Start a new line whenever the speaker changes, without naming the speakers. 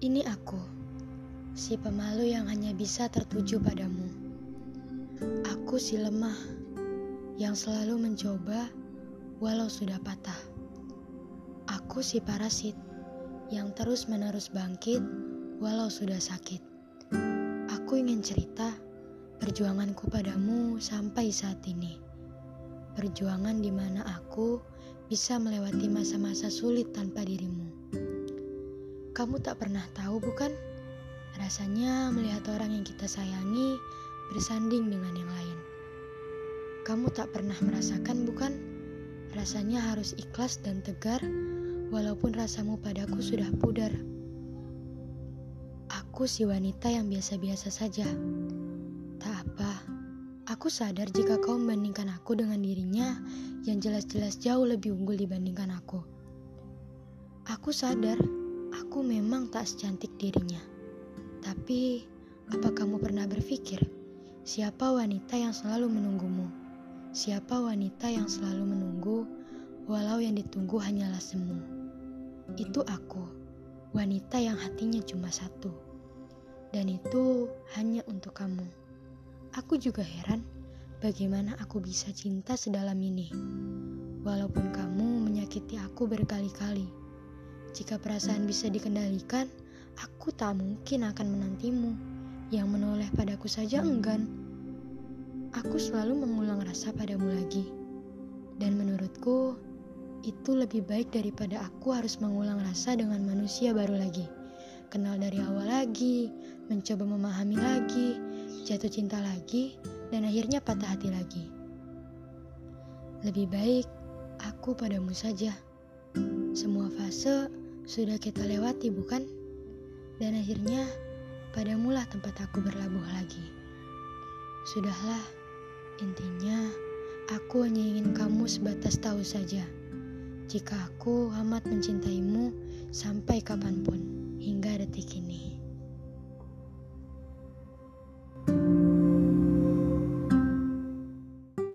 Ini aku, si pemalu yang hanya bisa tertuju padamu. Aku si lemah, yang selalu mencoba walau sudah patah. Aku si parasit, yang terus-menerus bangkit walau sudah sakit. Aku ingin cerita perjuanganku padamu sampai saat ini. Perjuangan di mana aku bisa melewati masa-masa sulit tanpa dirimu. Kamu tak pernah tahu, bukan? Rasanya melihat orang yang kita sayangi bersanding dengan yang lain. Kamu tak pernah merasakan, bukan? Rasanya harus ikhlas dan tegar walaupun rasamu padaku sudah pudar. Aku si wanita yang biasa-biasa saja. Tak apa, aku sadar jika kau membandingkan aku dengan dirinya yang jelas-jelas jauh lebih unggul dibandingkan aku. Aku sadar, aku memang tak secantik dirinya. Tapi, apa kamu pernah berpikir, siapa wanita yang selalu menunggumu? Siapa wanita yang selalu menunggu, walau yang ditunggu hanyalah semu? Itu aku, wanita yang hatinya cuma satu. Dan itu hanya untuk kamu. Aku juga heran, bagaimana aku bisa cinta sedalam ini. Walaupun kamu menyakiti aku berkali-kali. Jika perasaan bisa dikendalikan, aku tak mungkin akan menantimu. Yang menoleh padaku saja enggan. Aku selalu mengulang rasa padamu lagi. Dan menurutku, itu lebih baik daripada aku harus mengulang rasa dengan manusia baru lagi. Kenal dari awal lagi, mencoba memahami lagi, jatuh cinta lagi, dan akhirnya patah hati lagi. Lebih baik aku padamu saja. Semua fase sudah kita lewati, bukan? Dan akhirnya padamulah tempat aku berlabuh lagi. Sudahlah, intinya aku hanya ingin kamu sebatas tahu saja. Jika aku amat mencintaimu sampai kapanpun, hingga detik ini.